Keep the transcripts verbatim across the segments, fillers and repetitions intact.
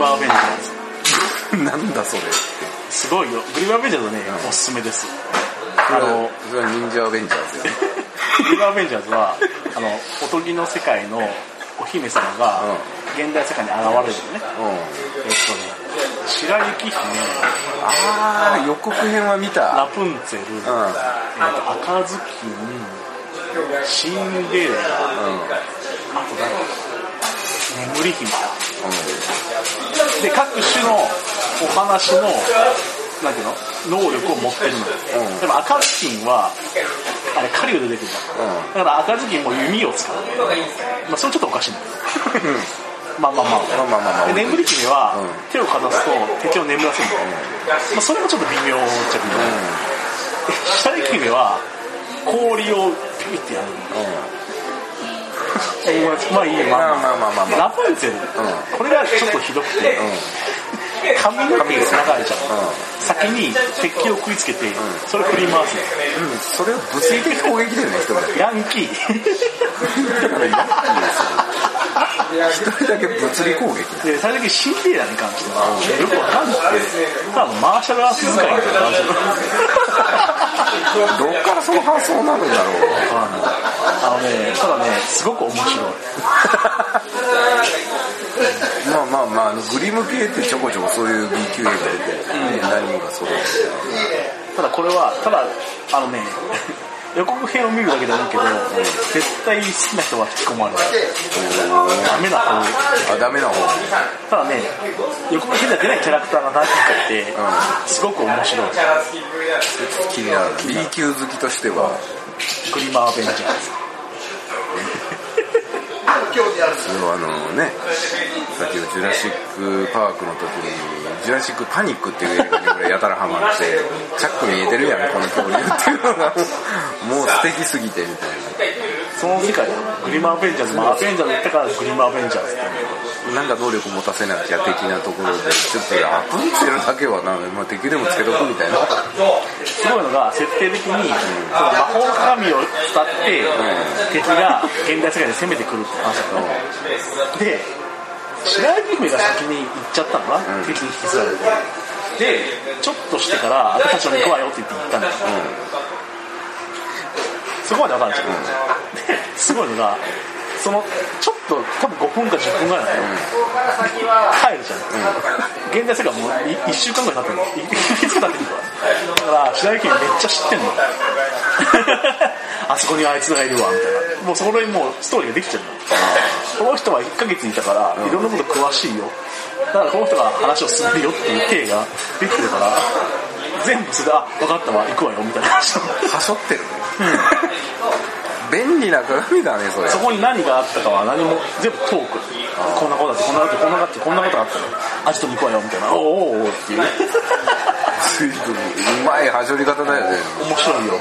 マーアベンジャーズなんだそれってすごいよ。グリムアベンジャーズね、うん、おすすめです。 あのそれは忍者アベンジャーズグリムアベンジャーズはあのおとぎの世界のお姫様が現代世界に現れるのね、うん、えっとね白雪姫、 あー予告編は見た。 ラプンツェル、うん、えっと赤ずきん、シンデレラ、うん、あと誰か眠り姫だ、うん、で各種のお話のなんていうの能力を持ってるのよ、うん、でも赤ずきんはあれ狩人で出てくるじゃん、うん、だから赤ずきんも弓を使う、まあそれちょっとおかしいんだけどまあまあまあ、まあまあまあ、で眠り姫は手をかざすと敵を眠らせるんだよ、うんまあ、それもちょっと微妙っちゃ微妙、うん、白雪姫は氷をピピってやる、うん、まあいいまあまあまあまあ、まあ、ラプンツェル、うん、これがちょっとひどくて、うん髪の毛が流れちゃう、うん、先に鉄器を食いつけて、うん、それ振り回す、 うん、それは物理的攻撃だよね。一人だけヤンキーだからヤンキーですよ一人だけ物理攻撃で最終的にシンデレラに関しては、うん、よくわかんなくてただマーシャルアーツ使いみたいな感じどっからその発想になるんだろう。 あのね、ただねすごく面白いまあまあまあグリム系ってちょこちょこそういう B 級映画出て、ね、うん、何人か揃ってただこれはただあのね予告編を見るだけでもいいけど、うん、絶対好きな人は引き込まれる。ダメな方。 あ、ダメな方。 ただね、予告編では出ないキャラクターが何人かいて、うん、すごく面白い。 気になる。B 級好きとしてはグリマーアベンジャーズ。 それはあのね、さっきのジュラシックパークの時にジュラシックパニックっていう映画に俺やたらハマってチャック見えてるやんこの恐竜っていうのがもう素敵すぎてみたいな。 その世界グリマーアベンジャーズもアベンジャーズ言ったからグリマーアベンジャーズってなんか能力持たせなきゃ的なところでちょっとラプンツェルだけはな、まあ、敵でもつけとくみたいな。 すごいのが設定的に、うん、魔法の鏡を伝って、うん、敵が現代世界で攻めてくるって話だったの、うん、で白雪姫が先に行っちゃったのかな、うん、敵に引きずられてでちょっとしてから私たちも行くわよって言って行ったんだよ、うん、そこまで分かるじゃん、うん、ですごいのがそのちょっと多分ごふんかじゅっぷんぐらいだよ、うん、帰るじゃん、うん、現代世界もういっしゅうかんぐらい経ってるのいつ経ってるのだから白雪姫めっちゃ知ってんのあそこにあいつがいるわみたいなもうそこでもうストーリーができちゃうのこの人はいっかげついたからいろんなこと詳しいよだからこの人が話を進めるよっていう体ができてるから全部それであ分かったわ行くわよみたいな話はしょってるね、うん、便利な鏡だねそれ。 そこに何があったかは何も全部トークこんなことだってこんなことこんなことこんなことがあったのアジトに行くわよみたいなおおおおっていううまいはしょり方だよね。 面白いよ。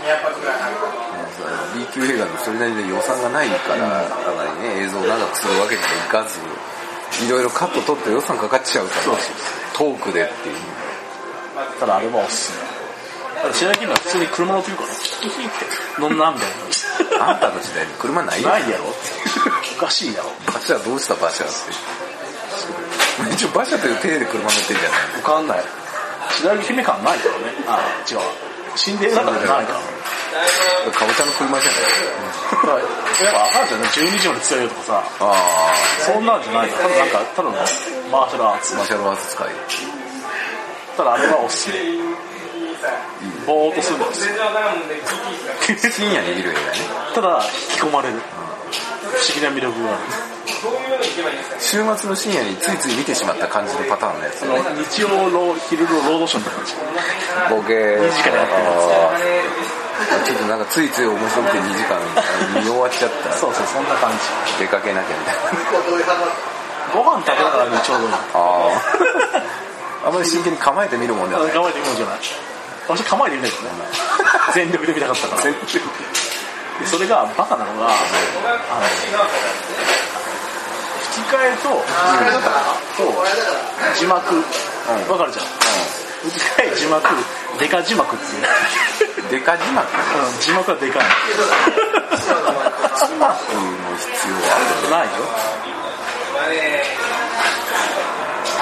B 級映画のそれなりの予算がないから、うん、あまりね映像を長くするわけにはいかずいろいろカット取って予算かかっちゃうからそうそうトークでっていう。 ただあれはおすすめ。白雪姫は普通に車乗ってるからヒヒヒって乗んなみたいなあんたの時代に車ないよないやろおかしいやろ馬車どうした馬車って一応馬車という体で車乗ってるじゃない。 分かんない白雪姫感ないからね。あ違う死んでる中でないからかぼちゃの車じゃない、 うん、やっぱ分かるじゃんねじゅうにじまで強いよとかさあそんなんじゃないよ。ただなんかただのマーシャルアーツマーシャルアーツ使い。 ただあれはおすすめ。ぼーっとするんですよ深夜に見る映画ね。 ただ引き込まれる、うん、不思議な魅力がある。 週末の深夜についつい見てしまった感じのパターンのやつ、 ね、日曜の昼のロードショーみたいな感じボケーにじかんやってるんですちょっとなんかついつい面白くてにじかん見終わっちゃったそうそうそんな感じ。 出かけなきゃみたいなご飯食べながらちょうどいい。ああんまり真剣に構えて見るもんね。 構えて見るもんじゃない。私構えて見ないですね全力で見たかったからそれがバカなのが、あの吹き替えと、うん、と字幕、うん、わかるじゃん、うん、吹き替え字幕デカ字幕っていうデカ字幕、 うん、字幕はデカい字幕の必要はないよ。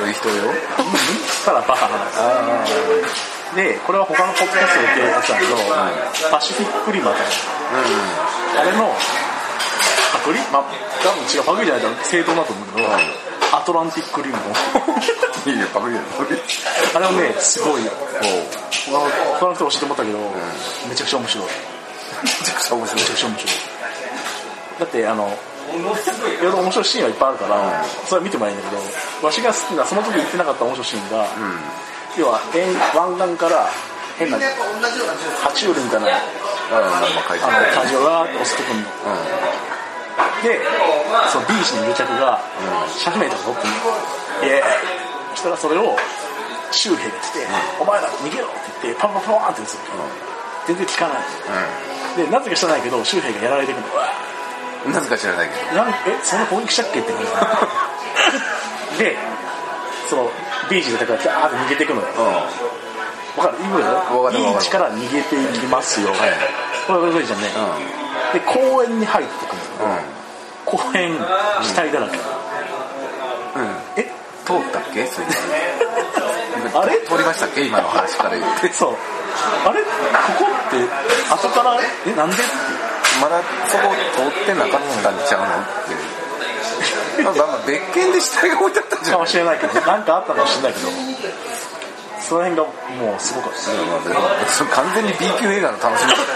いう人よただバカな話で、これは他のポッドキャストで言ってるやつなんだけど、うん、パシフィックリマとか、うん、あれのパクリ、まあ、多分違うパクリじゃないと正当だと思うけど、うん、アトランティックリムのいいよパクリだよあれはねすごいよ。他の人教えてもらったけど、うん、めちゃくちゃ面白い。 めちゃくちゃ面白い。 めちゃくちゃ面白い。だってあのいろいろ面白いシーンはいっぱいあるから、うん、それは見てもらえるんだけど、わしが好きなその時言ってなかった面白いシーンが、うん、要は湾岸から変な爬虫類みたいな感じをわーって押してくるの、うん、でそのビーチにいる客がシャフメーターが取ってるの、イエーイ。そしたらそれを周兵が来て、うん、お前ら逃げろって言ってパンパンパンって打つの、うん、全然効かない、うん、でなぜか知らないけど周兵がやられてくるの。 なぜか知らないけどなんえそんな攻撃したっけって感じでそのビーチでだからダーッと逃げていくのよ、うん、分かるいいよビーチから逃げていきますよ、はい、これこれじゃね、うん、で公園に入ってくるの、うん、公園死体だらけ、うん、 え通ったっけそれあれ通りましたっけ今の話から言ってそうあれここって後からえなんでってまだそこ通ってなかったんちゃうのってまあまあ別件で死体が置いてあったんじゃないかもしれないけどなんかあったかもしれないけどその辺がもうすごかった、 うん、完全に B 級映画の楽しみ方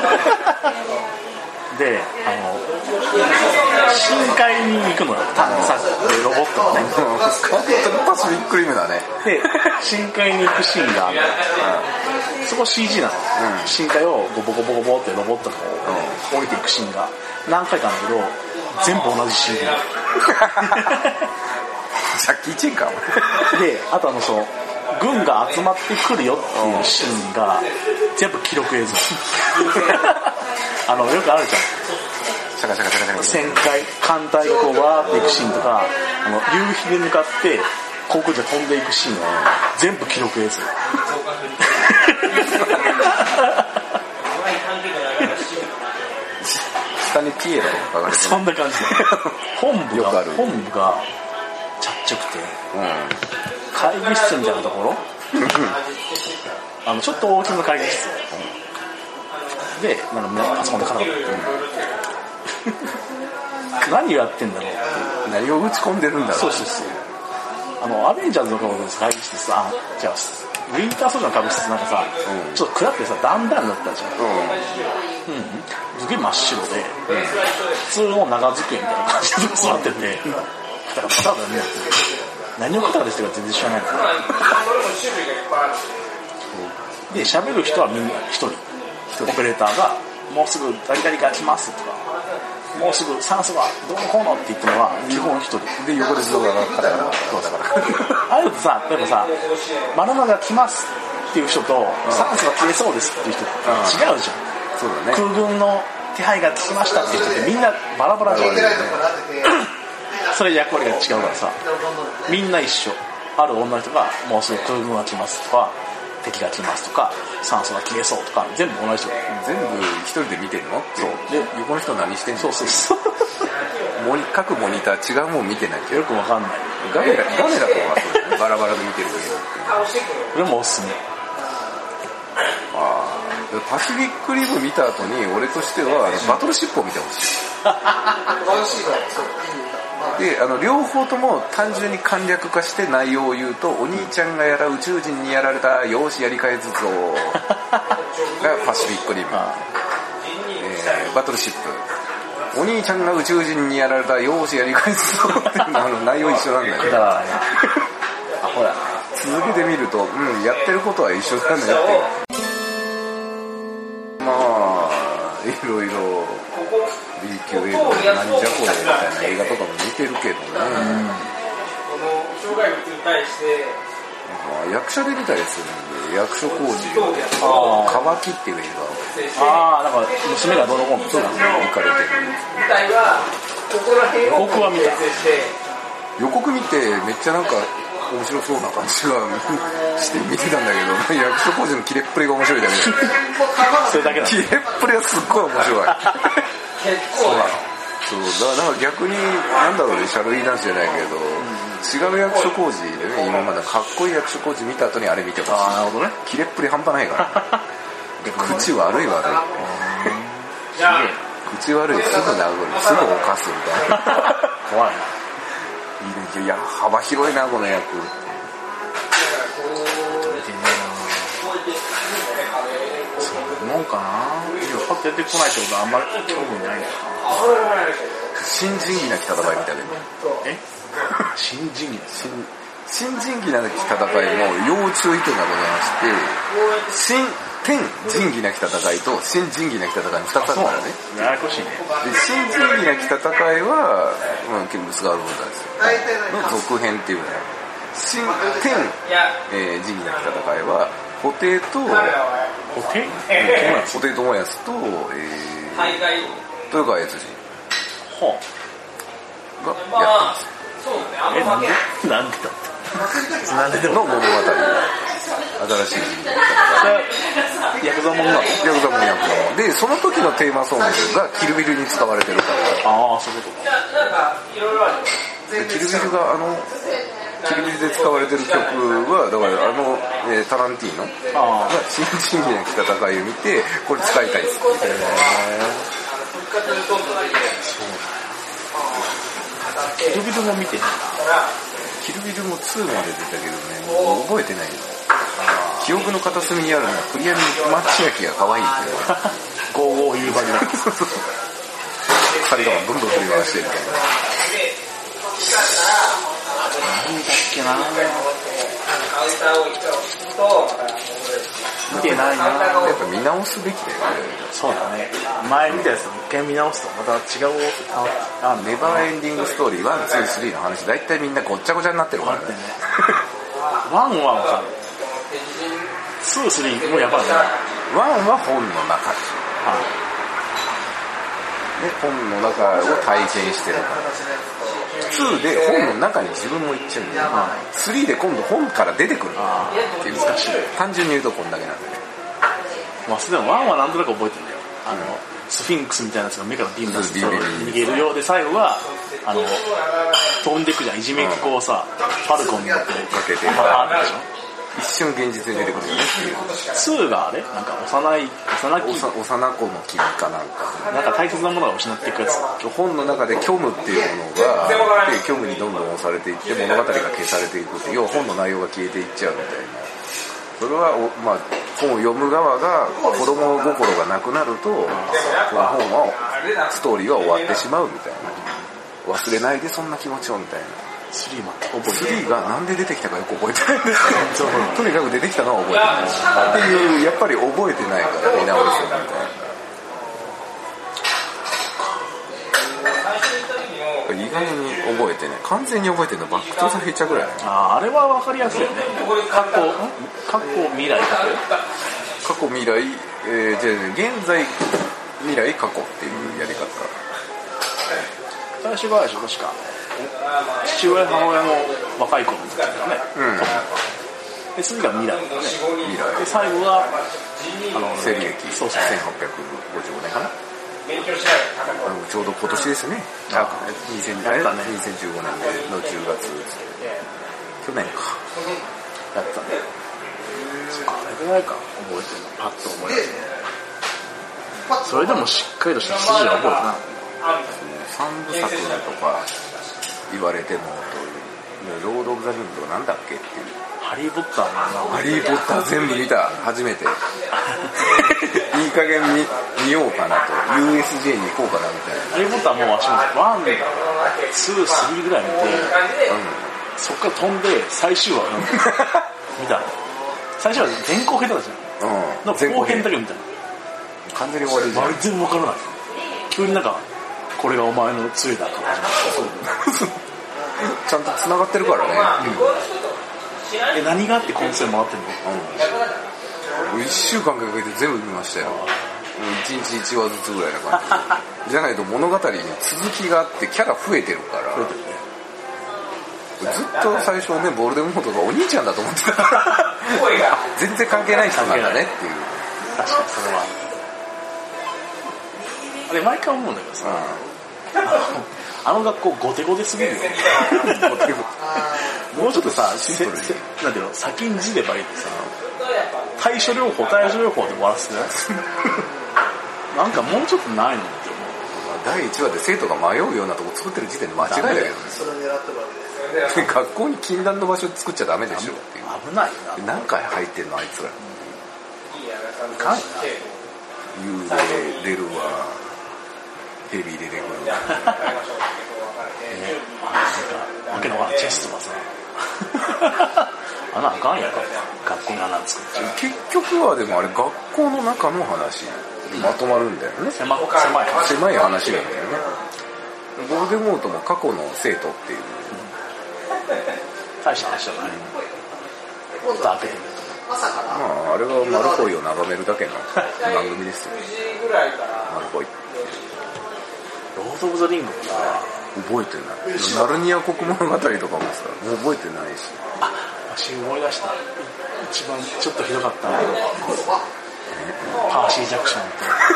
であの深海に行くのよ探査でロボットがねパシフィックリムだねで深海に行くシーンがある、うん、そこ シージー なの、うん、深海をボコボコボコってロボットが降りていくシーンが何回かあるんだけど全部同じ シージージャッキーチェンかであとあのそう軍が集まってくるよっていうシーンが全部記録映像あのよくあるじゃんシャカシャカシャカシャカ旋回艦隊がこうわーっていくシーンとかあの夕日に向かって航空機が飛んでいくシーンは全部記録映像下にピエロとか書かれてるそんな感じで本部が本部がちゃっちゃくて、うん、会議室みたいなところあのちょっと大きめの会議室、うん、でなんかみんなパソコンで絡んでる何をやってんだろうって何を打ち込んでるんだろうそうそうそうあのアベンジャーズの会議室さじゃあウィンターソルジャーの会議室なんかさ、うん、ちょっと暗くてさだんだんだったじゃん、うんうん、すげえ真っ白で、うん、普通の長机みたいな感じで座っててだからパターンだね何をパターンでしてるか全然知らないんだで喋る人はみんな一人オペレーターがもうすぐ誰々が来ますとかもうすぐ酸素がどうのこうのって言ってるのは基本一人で横でずっとカタカタそうだからあれだとさ例えばさマナナが来ますっていう人と酸素が消えそうですっていう人違うじゃんそうだね空軍の手配がつきましたっていう人ってみんなバラバラじゃんそれ役割が違うからさみんな一緒ある女の人がもうすぐ空軍が来ますとか敵が来ますとか酸素が消えそうとか全部同じ人全部一人で見てるのってそうで横の人何してんのそうそうそうモニ各モニター違うもん見てないけどよくわかんないガメラガメラとかはそうバラバラで見てるけどこれもおすすめあパシフィックリム見た後に俺としてはバトルシップを見てほしいであの両方とも単純に簡略化して内容を言うとお兄ちゃんがやら宇宙人にやられたよーしやり返すぞがパシフィックリム、えー、バトルシップお兄ちゃんが宇宙人にやられたよーしやり返すぞっていうのは内容一緒なんだよねあほら続けてみるとうんやってることは一緒だねってまあいろいろB 級映画なんじゃこれみたいな映画とかも見てるけどね、うん、役者で見たりするんで役所広司のカバキっていう映画をああなんか娘がどの子もそうなんですよ行かれてるんです予告は見た予告見てめっちゃなんか面白そうな感じがして見てたんだけど役所広司のキレっぷりが面白いだけでそれだけだキレっぷりはすっごい面白いそうだから逆になんだろうねシャルイダンスじゃないけど、うん、 違う役所工事でね、今までかっこいい役所工事見た後にあれ見てほしい。 ああ、なるほどね。 キレっぷり半端ないから口悪い悪いすげえ口悪い、すぐ殴る、すぐ犯すみたいな怖いな。 いいね、いや幅広いなこの役。 そういうもんかな。パッと出てこないってことはあんまり興味ないのかな。 新仁義なき戦いみたいな。 え新仁義新新仁義なき戦いの要注意点がございまして、新天仁義なき戦いと新仁義なき戦いのふたつあるからね。 ややこしいね。 で新仁義なき戦いは、うん、結構菅原文太ですよの続編っていうね。新天、えー、仁義なき戦いは布袋と布袋布袋寅泰と、えー、豊川悦司はがやってます。 え、なんでなんでだったなんででもの物語。新しい時代。 ヤクザもんなの？ ヤクザもんヤクザもん。で、その時のテーマソングがキルビルに使われてるから。 ああ、そういうことか。 でキルビルがあの、キルビルで使われてる曲は、だからあの、えー、タランティーノが新仁義なき戦いを見て、これ使いたいです。へー。 キルビルも見てない。 キルビルもツーまで出たけどね、もう覚えてないよ。記憶の片隅にあるのはクリアにマッチ焼きが可愛いっていう。 ゴーゴー言う場になって。 二人がどんどん振り回してみたいな。 なんだっけな。見てないな。 やっぱ見直すべきだよね。 そうだね。前見たやつも一回見直すとまた違う。 あ、ネバーエンディングストーリーワン、ツー、スリーの話だいたいみんなごっちゃごちゃになってるからね。 ワンはわかる。ツー、スリーもやばいね。 ワンは本の中でしょ。はい。で、本の中を体験してるから。ツーで本の中に自分も行っちゃうんだよ。スリーで今度本から出てくるっていう難しい。単純に言うとこんだけなんだよね。 まあ、それでもワンはなんとなく覚えてるんだよ。あの、スフィンクスみたいなやつが目からビーム出して逃げるようで、最後はあの飛んでくじゃん。いじめっ子をさ、ファルコンに乗ってかけて、 あーでしょ。 一瞬現実に出てくるよねっていう。 ツーがあれなんか幼い幼き幼子の君かなんかなんか大切なものが失っていくやつ。 本の中で虚無っていうものがで虚無にどんどん押されていって物語が消されていくっていう要は本の内容が消えていっちゃうみたいな。それはまあ本を読む側が子供心がなくなるとこの本はストーリーは終わってしまうみたいな。忘れないでそんな気持ちをみたいな。 スリーま覚えてない。 スリーがなんで出てきたかよく覚えてないんですけどとにかく出てきたのは覚えてないっていうやっぱり覚えてないから見直すみたいな。意外に覚えてない。完全に覚えてるのバックトゥーザフューチャーぐらい。 ああ、あれは分かりやすいよね。過去過去未来過去未来、えー、じゃあ現在未来過去っていうやり方。 最初があれでしょ確か父親母親の若い頃の時だね。うん。で次が未来だね。 未来。 で最後があの西暦そうそうせんはっぴゃくごじゅうごねんかな。ちょうど今年ですね。あ、にせんじゅうごねんのじゅうがつ。去年か。 やったね。あれぐらいか覚えてるのパッと思い出すね。それでもしっかりとした筋は覚えてない。 三部作とか言われてもロード・オブ・ザ・リングなんだっけっていう。 ハリー・ポッターのハリー・ポッター全部見た初めていい加減 見, 見ようかなと ユーエスジェー に行こうかなみたいな。 ハリー・ポッターもう私もワン、ツー、スリーぐらい見て、うん、そっから飛んで最終話見た。最初は前後編だったじゃん。うん、なんか後編だけ見たの。 完全に終わりじゃん。 あれ全部分からない。急になんかこれがお前の杖だから始まった。 ちゃんと繋がってるからね。 うん、え何があってこの線回ってんの？ うん。いっしゅうかんかけて全部見ましたよ。いちにちいちわずつぐらいな感じ。じゃないと物語に続きがあってキャラ増えてるから。増えてるね。ずっと最初ねボルデモートがお兄ちゃんだと思ってた。全然関係ない人なんだねっていう。 確かにそれは。あれ毎回思うんだけどさ。うん、あの学校ゴテゴテすぎるよ。ゴテゴテ。 もうちょっとさ、せせなんていうの、先んじればいいってさ、対処療法、対処療法で終わらせてなんかもうちょっとないのって思う。 だいいちわで生徒が迷うようなとこ作ってる時点で間違いだけどね。学校に禁断の場所作っちゃダメでしょっていう。 危ないな。 何回入ってんのあいつら。 いかんな。 幽霊出るわ。ヘビ出てくるわ。 えー、わけのわからんチェスとかさ。あんなあかんやんか。学校にあんな作っちゃう。 結局はでもあれ学校の中の話にまとまるんだよね。 狭い話。 狭い話なんだよね。ボルデモートも過去の生徒っていう。 大した話じゃない。ちょっと開けてみると。 まああれはマルコイを眺めるだけの番組ですよ。マルコイ。 ロード・オブ・ザ・リングもさ、 覚えてない。ナルニア国物語とかもさ、もう覚えてないし。 あ、私思い出した。一番ちょっとひどかった。パーシー・ジャクソンと。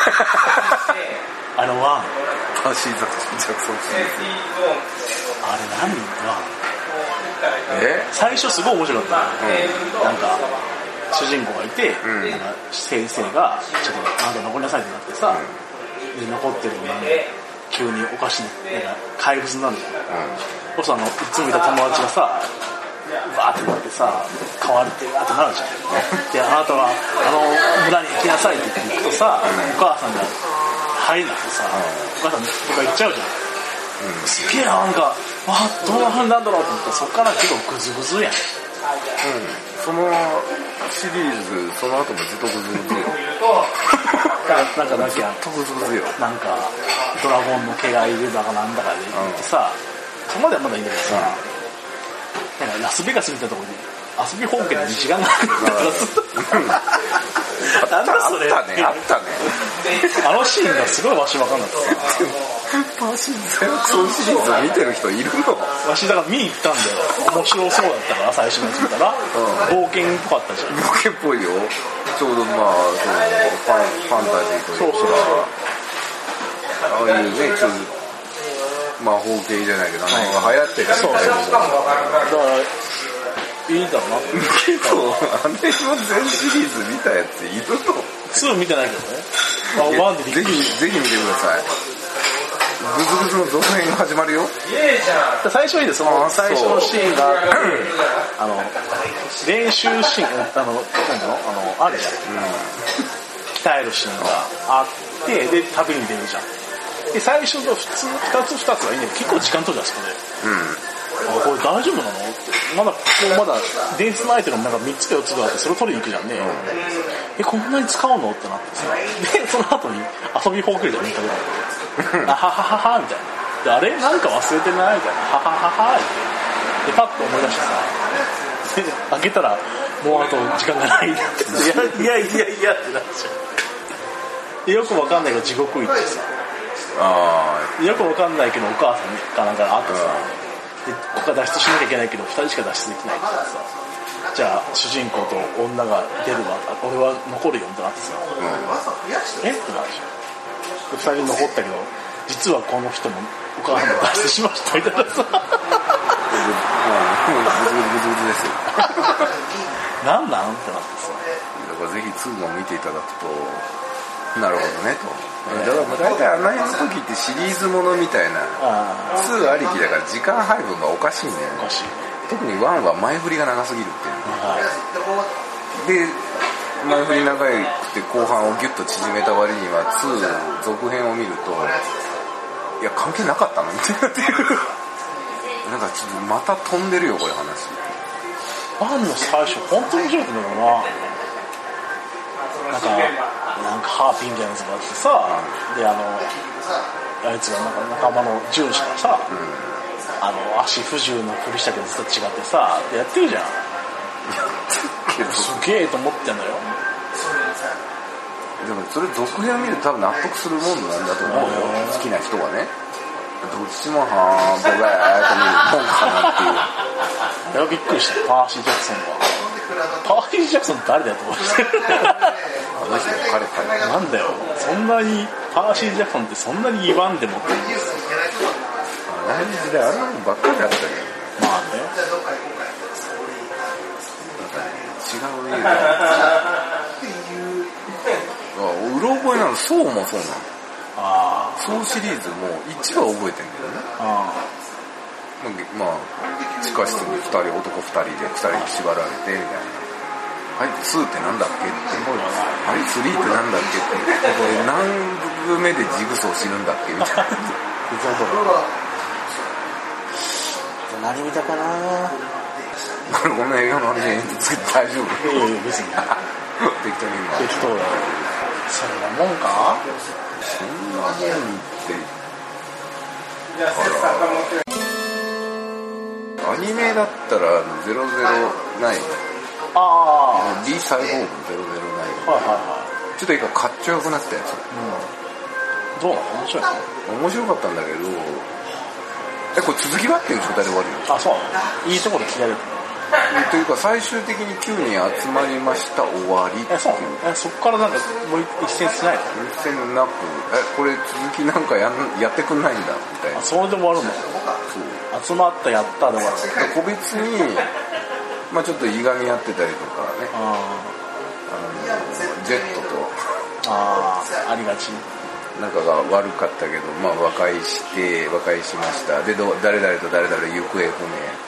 あのワン。 パーシー・ジャクソンシリーズ。 あれ何ワンえ最初すごい面白かった、うん、なんか主人公がいて、うん、なんか先生がちょっとあなた残りなさいってなってさ、うん、で残ってるのに急におかしいなんか怪物になるじゃん、うん、そしたらいつもいた友達がさバーってなってさ変わるってバーってなるじゃんであなたはあの村に行きなさいって言うとさ、うん、お母さんが入れなくてさ、うん、お母さんとか行っちゃうじゃん、うん、すげえななんかあどんな風になんだろうと思ったらそっから結構グズグズやん、うん、 そのシリーズその後もずっとグズグズよなんかなんかずっとグズグズよなんかドラゴンの毛がいるだかなんだかで言ってさ、うん、そこまではまだいいんだけどさ、うん、なんかラスベガスみたいなところに遊び本家に時間がなくなったからずっとなんだそれあったねあったねあのシーンがすごいわし分かんなくてパーシーズ・ジャクソンシリーズ見てる人いるのわしだから見に行ったんだよ面白そうだったから最初のやつ見たら、うん、冒険っぽかったじゃん冒険っぽいよちょうどまあそのファン、ファンタジーというかそうそうそうああいうねちょっと魔法系じゃないけどあのが流行ってたみたいなそうそうだからいいだろうな結構あれの全シリーズ見たやついるのツー見てないけどねワンでびっくりぜひぜひ見てくださいグズグズの続編が始まるよ最初にその最初のシーンがあの練習シーンあの何だろうあのあるじゃん、うん、鍛えるシーンがあってで旅に出るじゃんで最初の普通ふたつふたつはいいんだけど結構時間取るじゃんそこで、うん、あこれ大丈夫なのってまだこうまだ伝説のアイテムなんかみっつかよっつがあってそれを取りに行くじゃんね、うん、えこんなに使うのってなってさでその後に遊びほうけるじゃんみんなであははははみたいなであれなんか忘れてないみたいなははははってでパッと思い出してさで開けたらもうあと時間がないっていやいやいやいやってなっちゃうでよくわかんないけど地獄行ってさあよくわかんないけどお母さんかなんかあってさでここから脱出しなきゃいけないけどふたりしか脱出できないからさじゃあ主人公と女が出るわ俺は残るよってなってさ、うん、えってなるじゃんふたり残ったけど実はこの人もお母さんも脱出しましたみたいなさもうグズグズですよなんなんってなってさだからぜひツーも見ていただくとなるほどねとだから大体あの辺の時ってシリーズものみたいなツーありきだから時間配分がおかしいんだよね特にワンは前振りが長すぎるっていう、はい、で前振り長くて後半をギュッと縮めた割にはツー続編を見るといや関係なかったのみたいなっていうなんかちょっとまた飛んでるよこれ話ワンの最初本当に面白かったんだろうななんかなんかハーピーみたいなやつがあってさ、うん、であのあいつがなんか仲間のジュン氏がさ、うん、あの足不自由なふりしたけどずっと違ってさでやってるじゃんすげえと思ってんのよでもそれ続編を見ると多分納得するもんなんだと思うよ好きな人はねどっちもはーボガーッと見るもんかなっていういやびっくりしたパーシー・ジャクソンがパーシー・ジャクソン誰だよと思ってあの人彼彼なんだよそんなにパーシー・ジャクソンってそんなに言わんでもってあの時代あればっかりだったけどまあねねえなうろ覚えなの。そうもそうなの。 あそうシリーズもいちわ覚えてんだよね。 あまあ、まあ、地下室にふたり、男ふたりでふたりに縛られてみたいな。はい、ツーってなんだっけって。はい、スリーってなんだっけって。何部目でジグソー死ぬんだっけみたいな。 何見たかな。 これこの映画の話に大丈夫？ いやいや別に適当に今適当だよ。そんなもんか。 そんなもんってアニメだったらゼロゼロナインああ B サイボーグゼロゼロナイン、 はいはいはい、 ちょっと一回かっちょよくなったやつ、 うん、どうなの？面白いの？ 面白かったんだけど、えこれ続きはっていう状態で終わるよ。 あ、そうなの？いいところで切れるというか最終的にきゅうにん集まりました終わりっていう。 え、そうなの？え、そっからなんかもう一戦しないの？ 一戦なく、えこれ続きなんか や, んやってくんないんだみたいな。 あ、それで終わるの？そう集まったやったで終わる。 個別にまあちょっといがみ合ってたりとかね、 ああのジェットとあありがち仲が悪かったけど、まあ和解して和解しましたでど誰々と誰々行方不明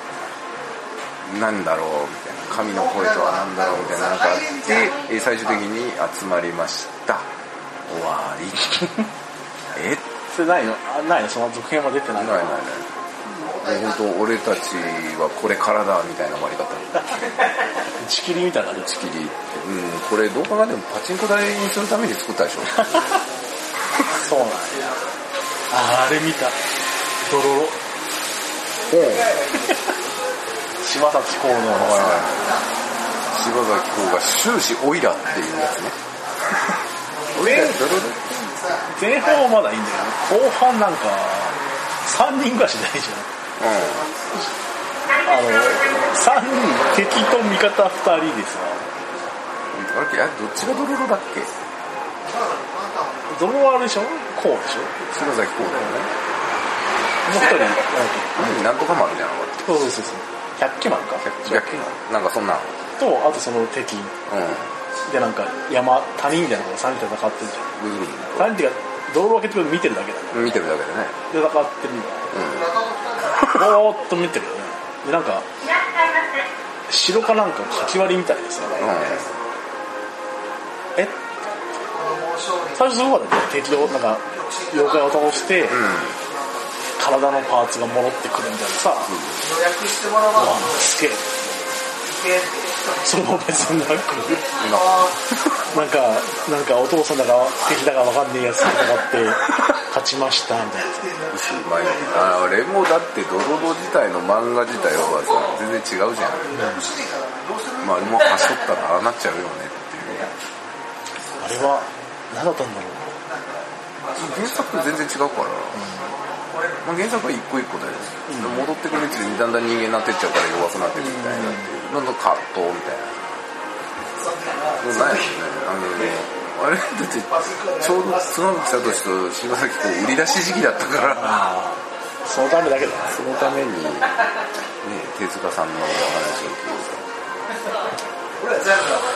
なんだろうみたいな、神の声とはなんだろうみたいななんかあって最終的に集まりました終わりえそれないの？あ、ないの？その続編は出てないの？ ないないない。もう本当俺たちはこれからだみたいな終わり方。 打ち切りみたいな。 打ち切りって、うん、これどう考えてもパチンコ台にするために作ったでしょ。 そうなんや。あ、あれ見た。ドロロ。 おう。 柴咲コウの、 柴咲コウが終始オイラっていうやつね。オイラドロロ。 前半はまだいいんだけど、後半なんかさんにんぐらいしないじゃん。 うん、 あのさんにん敵と味方ふたりでさ、 あれ、どっちがドロロだっけ？ ドロロあれでしょ？こうでしょ？ 柴咲コウだよね。 もう一人なんとか丸じゃなかった？ そうそうそうそう、百鬼丸か百鬼丸なんかそんなと、あとその敵、うん、でなんか山谷みたいなのがさんにん戦ってるじゃん。さんにんがドロロ開けてるの見てるだけだね。 見てるだけでね。 で戦ってるみたいな、うん、ぼーっと見てるよね。でなんか城かなんかかき割りみたいですよね、うん、え最初すごかったね。敵をなんか妖怪を倒して、うん、体のパーツが戻ってくるみたいなさ、うん、すげえその別になくなんかなんかお父さんだか敵だか分かんねえやつとかって勝ちましたみたいな。 あれもだってドロロ自体の漫画自体はさ全然違うじゃん、うん、まああれも端折ったらああなっちゃうよねっていう。あれは何だったんだろう。 原作と全然違うから、うんまあ、原作は一個一個だよ、うん、戻ってくるうちにだんだん人間になってっちゃうから弱くなってるみたいなっていう、どんどん葛藤みたいなないですね。あのねあれだってちょうど妻夫木聡と柴咲コウ売り出し時期だったからそのためだけだそのために、ね、手塚さんのお話を聞いた。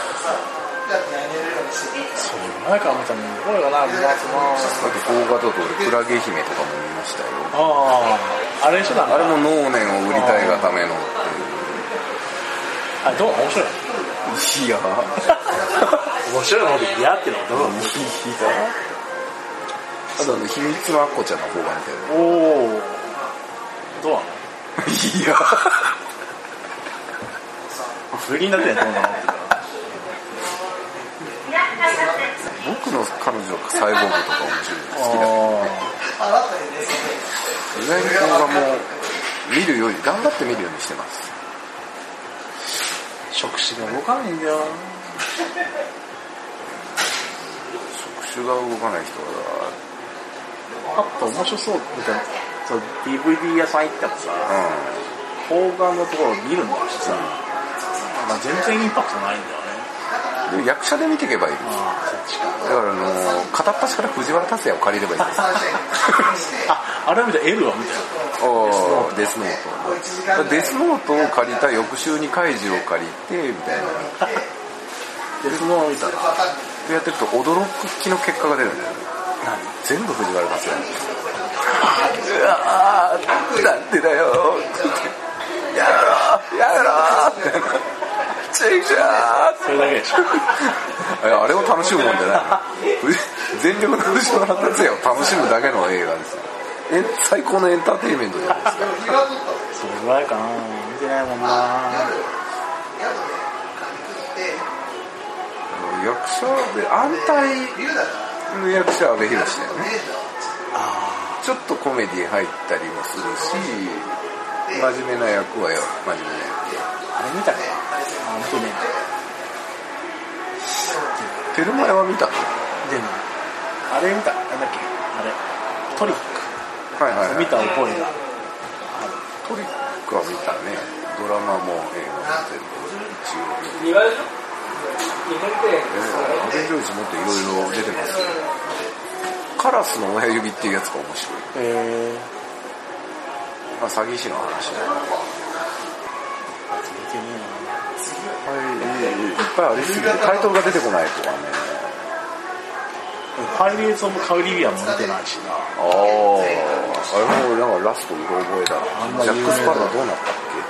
それ前から見たのにこれがな見ますな。 あと邦画だと俺クラゲ姫とかも見ましたよ。 あああれ一緒だな。 あれも能年を売りたいがためのっていう。 あどう面白い。 いや面白いので嫌っていうのはどうなの。いやあと秘密のアッコちゃんの方が見てる。 おおどうなの。 いや不倫だってどうなのって。 僕の彼女サイボーグとか面白い好きだけど、ね、意外に動画も見るより頑張って見るようにしてます。 触手が動かないんだよ。 触手が動かない人はあと面白そうみたいな。そう ディーブイディー 屋さん行ったらさ、邦画、うん、のところを見るんだけどさ、うんまあ、全然インパクトないんだよね。 で役者で見ていけばいい。あそっちか。だからあのー、片っ端から藤原竜也を借りればいい。 あ、あれは見た L は見たよ。 おデスノート。デスノートを借りた翌週にカイジを借りてみたいな。 でそのまま見たらでやってると驚きの結果が出るんだよね。全部藤原達也なんですよ。うわーなんでだよやめろやめろチェイシャーそれだけでしょあれを楽しむもんじゃない全力の藤原達也を楽しむだけの映画ですよ。最高のエンターテインメントじゃないですか。 それぐらいかな、見てないもんな。 役者で安泰の役者は阿部寛だよね。 あちょっとコメディ入ったりもするし、真面目な役はよ真面目な役。 あれ見たかな。あ見てねテルマエは見たの？ でもあれ見た、なんだっけあれトリック、 はいはいはい、 見た覚えがある。 トリックは見たね。ドラマも映画も全部一応見て。阿部寛もっといろいろ出てますよ。カラスの親指っていうやつが面白い。 へー、 まあ、詐欺師の話だよ。 見てねはい、いっぱいありすぎてタイトルが出てこないとかね。 パイレーツ・オブ・カリビアンも見てないしな。 ああ、あれもなんかラストうろ覚えだ。ジャック・スパローどうなったっ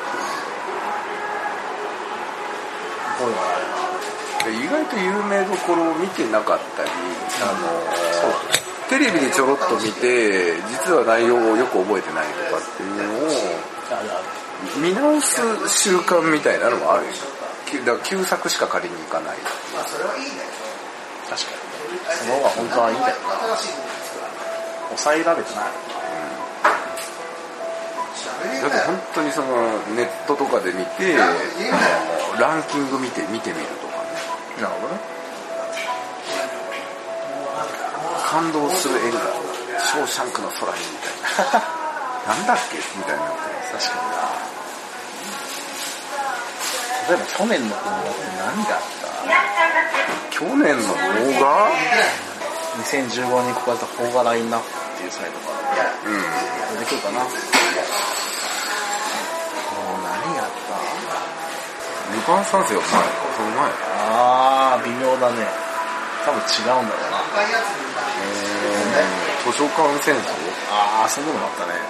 覚えがないな。 け？意外と有名どころを見てなかったり、あのー、テレビでちょろっと見て実は内容をよく覚えてないとかっていうのを見直す習慣みたいなのもあるよ。だから旧作しか借りに行かない。 確かにその方が本当はいいんだよな。抑えられてない、 うん、だって本当にそのネットとかで見てあのランキング見て見てみるとかね。 なるほどね。 感動する映画「ショーシャンクの空に」みたいななんだっけみたいになってます。 確かにな。例えば去年の動画って何があった？ 去年の動画にせんじゅうごねんに公開された邦画ラインナップっていうサイトがある。うん。出てくるかな。もう何があった？ ルパン三世は前、その前。 あー、微妙だね。多分違うんだろうな。 えー、図書館戦争？ あー、そんなのもあったね。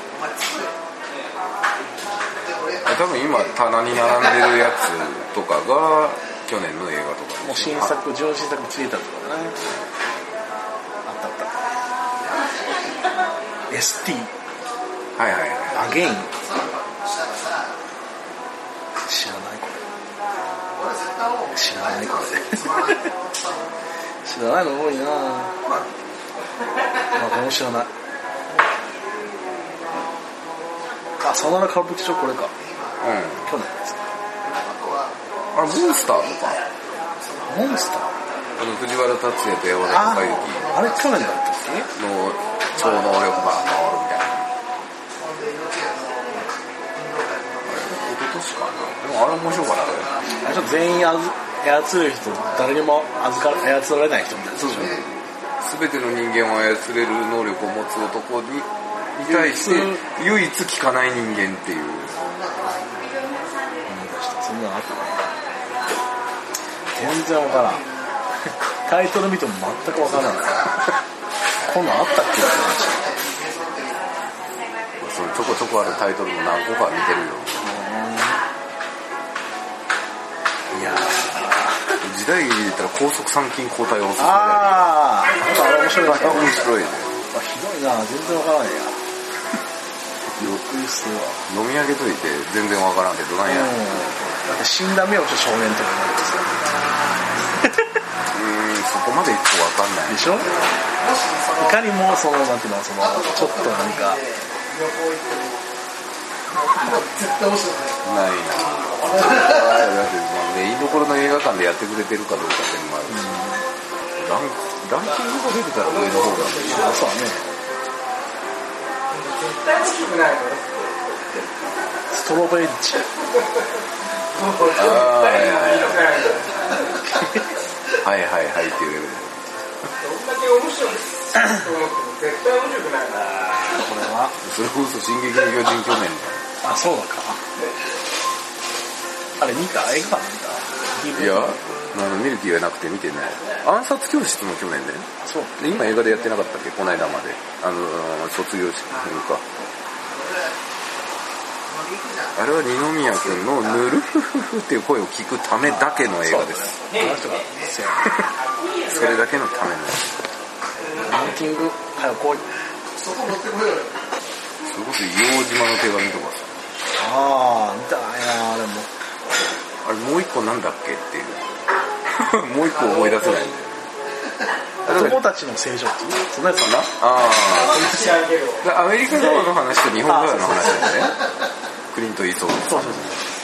多分今棚に並んでるやつとかが去年の映画とかもう新作、純新作ついたとかね。あったあった。エスティー。 はいはいはい。 アゲイン。知らないこれ。知らないこれ。知らないの多いな。あ、これも知らない。あ、サナラ歌舞伎町これか。 うん。 去年です。 あれモンスターとか。 モンスター？ あの藤原竜也と山田孝之あれ去年だったっけ？ の超能力が変わるみたいな。一昨年かな。でもあれ面白かったよ。 あれちょっと全員操れる人、誰にも預か操られない人みたいな。そうでしょ。 全ての人間を操れる能力を持つ男にに対して唯一効かない人間っていう。 そんなのあったね。全然わからん。タイトル見ても全くわからない。こんなんあったっけって話。 そのちょこちょこあるタイトルも何個か見てるよ。 いやー、時代劇で言ったら高速参勤交代をおすすめだよ。 あー、なんかあれ面白いね。 面白いね。 あ、ひどいな、全然わからないや。よくすわ。 読み上げといて全然わからんけどなんや。 だって死んだ目をちょっと少年とかになってさ。 うーん、そこまでいくとわかんないでしょ。いかにもそのなんていうの、そのちょっと何かないな。だってメインどころの映画館でやってくれてるかどうかっていうのもあるし、ラン、ランキングが出てたら上の方なんでしょ。 そうね。ストロベッジ。 ああ、はいはいはいはいはいはいっていうレベル。 どんだけ面白いと思っても絶対面白くないな。 これはそれこそ進撃の巨人去年だ。 あ、そうだか。あれ見た？映画館見た？ いやあのミルキーがなくて見てない。暗殺教室も去年で、ね、 そうで今映画でやってなかったっけ、この間まであの卒業式というか、あれは二宮君のヌルフフフっていう声を聞くためだけの映画です。それだけのためのランキング早く来い。 それこそ硫黄島の手紙とかさ、 ああ見たいな。あれもあれもう一個なんだっけっていうもう一個思い出せないんだよね。 男たちの聖女っていうそんなやつかな。 ああ、アメリカ側の話と日本側の話だよね。クリント・イーストウッド。 そうそうそう。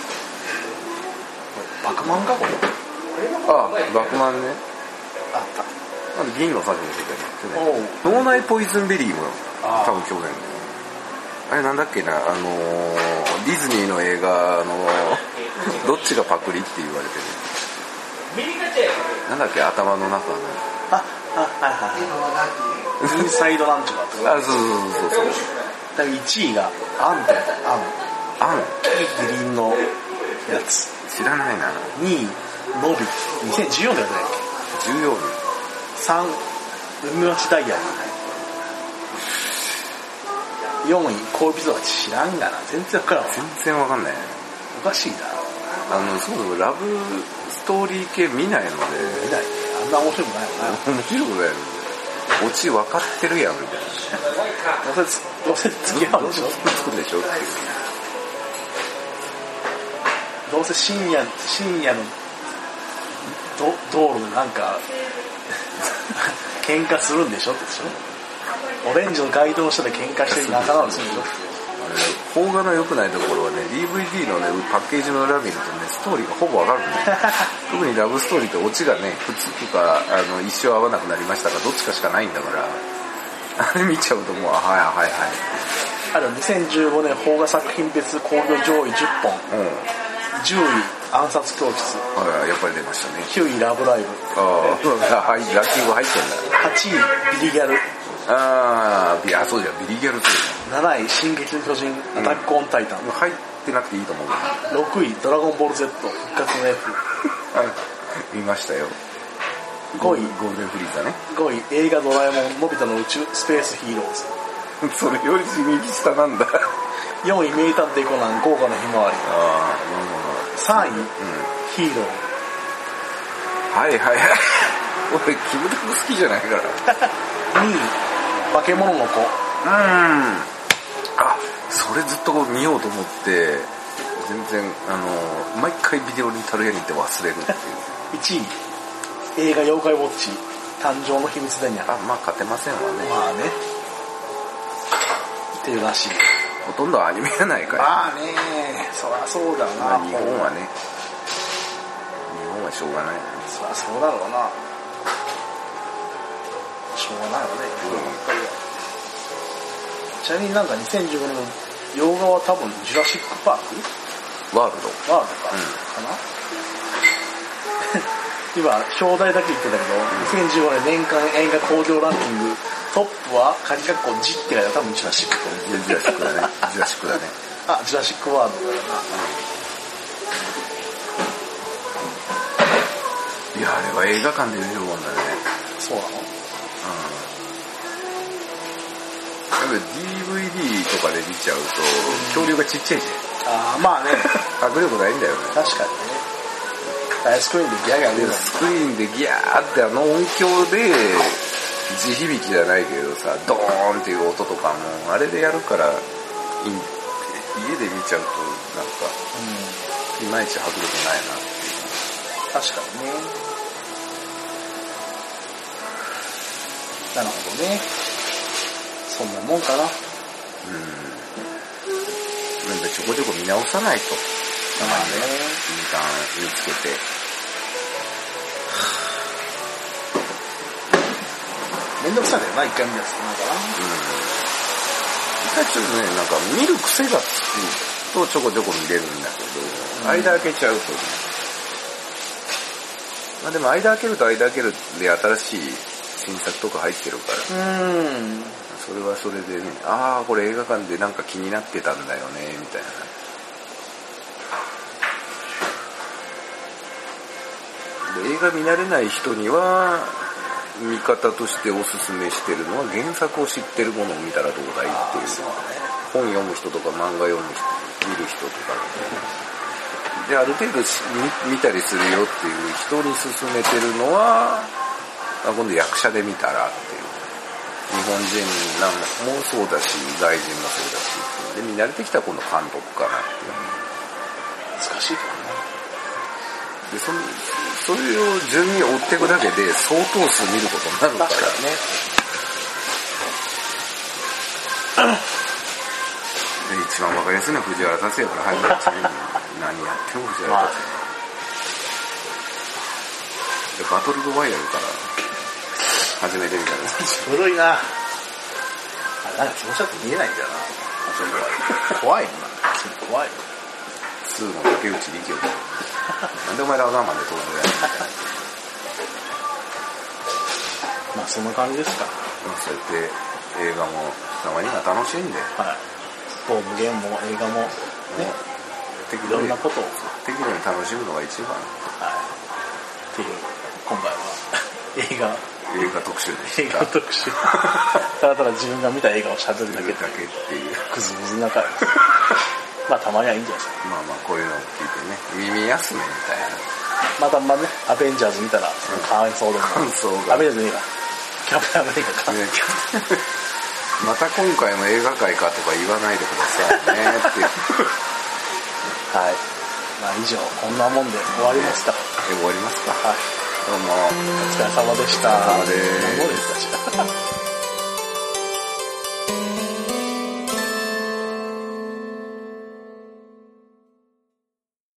バクマンかこれ。 ああ、バクマンね。 あった。 なんで銀のサジの世界ね。脳内ポイズンベリーも多分去年。あれなんだっけな、あのー、ディズニーの映画のどっちがパクリって言われてる。なんだっけ、頭の中の。 あ、あ、はいはいはい。インサイドランチがあってこと。 あ、そうそうそうそう。 だからいちいがアンってやつ。アン。 アン。 グリーンのやつ。 知らないな。 にいノビ。にせんじゅうよんだよね。 じゅうよん。 さん海町ダイヤ。よんい恋人たち知らんがな。全然わからんわ。 全然わかんない。 おかしいな。 あの、そもそもラブストーリー系見ないので。 見ないね。あんな面白くないよな。 面白くないので。オチ分かってるやんみたいな。 どうせどうせ付き合うでしょ。 つくでしょっていう。 どうせ深夜深夜のど道路でなんか喧嘩するんでしょってでしょ。オレンジの街灯の下で喧嘩して仲直りするんでしょ。 邦画の良くないところはね、 ディーブイディー のねパッケージの裏見るとね、ストーリーがほぼわかるんだよ特にラブストーリーってオチがね、くっつくかあの一生合わなくなりましたかどっちかしかないんだから、あれ見ちゃうともうはいはいはい。 あれにせんじゅうごねん邦画作品別興行上位じゅっぽん、うん、じゅうい暗殺教室、 あやっぱり出ましたね。 きゅういラブライブ、 ああはい、ランキング入ってんだ。 はちいビリギャル、 ああ、いやそうじゃん、ビリギャルそうじゃん。なない進撃の巨人、うん、アタックオンタイタン、 入ってなくていいと思うけど。 ろくいドラゴンボール Z 復活の F 見ましたよ。 ごいゴールデンフリーザね。 ごい映画ドラえもんのび太の宇宙スペースヒーローズそれより刺激下なんだよんい名探偵コナン豪華のひまわり、 あさんい、うん、ヒーロー、はいはいはい俺キムタク好きじゃないからにい化け物の子、 うん、あそれずっと見ようと思って全然あの毎回ビデオにタルヤに行って忘れるっていういちい映画妖怪ウォッチ誕生の秘密だにゃ。 あまあ勝てませんわね。 まあねっていうらしい。 ほとんどアニメやないかい。 まあねそりゃそうだな、 まあ、日本はね日本はしょうがない、ね、 そりゃそうだろうな、しょうがないわね、うん、ちなみになんかにせんじゅうごねんの洋画は多分ジュラシックパークワールドワールドか、うん、かな今表題だけ言ってたけど、うん、にせんじゅうごねん年間映画興行ランキングトップはカニカッコジって書いてある、多分ジュラシックジュラシックだねジュラシックだねあ、ジュラシックワールドだよな、 うん、いやあれは映画館で見るもんだね。 そうなの？ うん。だけど ディーブイディー とかで見ちゃうと恐竜がちっちゃいじゃん。ああまあね迫力ないんだよね。 確かにね。大スクリーンでギャーギャー出る。 スクリーンでギャーってあの音響で地響きじゃないけどさ、ドーンっていう音とかもあれでやるからいいんで、家で見ちゃうとなんか、うん、いまいち迫力ないなっていう。 確かにね。なるほどね。そんなもんかな。うん。 なんでちょこちょこ見直さないと。たまにね、時間見つけて。 めんどくさいだよな、一回見たやつなんかな。うん。 一回ちょっとね、なんか見る癖がつくとちょこちょこ見れるんだけど、うん、間開けちゃうとね。まあでも間開けると間開けるで新しい新作とか入ってるから。うん。それはそれでね、ああこれ映画館でなんか気になってたんだよね、みたいな。 映画見慣れない人には見方としておすすめしてるのは原作を知ってるものを見たらどうだいっていう、本読む人とか漫画読む人見る人とかである程度 見, 見たりするよっていう人に勧めてるのは今度役者で見たらっていう、日本人なんもそうだし外人もそうだしで見慣れてきたら今度監督かなっていう、 難しいかで そ, それを順に追っていくだけで相当数見ることになるから確かにね。 で一番わかりやすいのは藤原竜也から入るんですね。何やっても藤原竜也、まあ、バトルロワイヤルから始めてみたいな。 古いなあれ、なんか気持ちだと見えないんだよな、バトルロワイヤル怖いもんな、怖いよツーの竹内力也なんでお前ら我慢で登場やるみたいなまあそんな感じですか。 まあそうやって映画もたまには楽しんで、 はい、ボードゲームも映画もね、 適いろんなことを適度に楽しむのが一番、 はい、っていう今回は映画映画特集でした。 映画特集ただただ自分が見た映画を喋るだけだけっていうクズクズな回まあたまにはいいんじゃないですか。 まあまあこういうのを聞いてね、耳休めみたいな。 またまあね、アベンジャーズ見たらその感想でも、 感想がアベンジャーズ見たらキャプテンアメリカか、 ね、また今回も映画界かとか言わないでくださいねっていうはい、まあ以上こんなもんで終わりますか。 え終わりますか。 はい、 どうもお疲れ様でした。 お疲れ様です。 何号ですか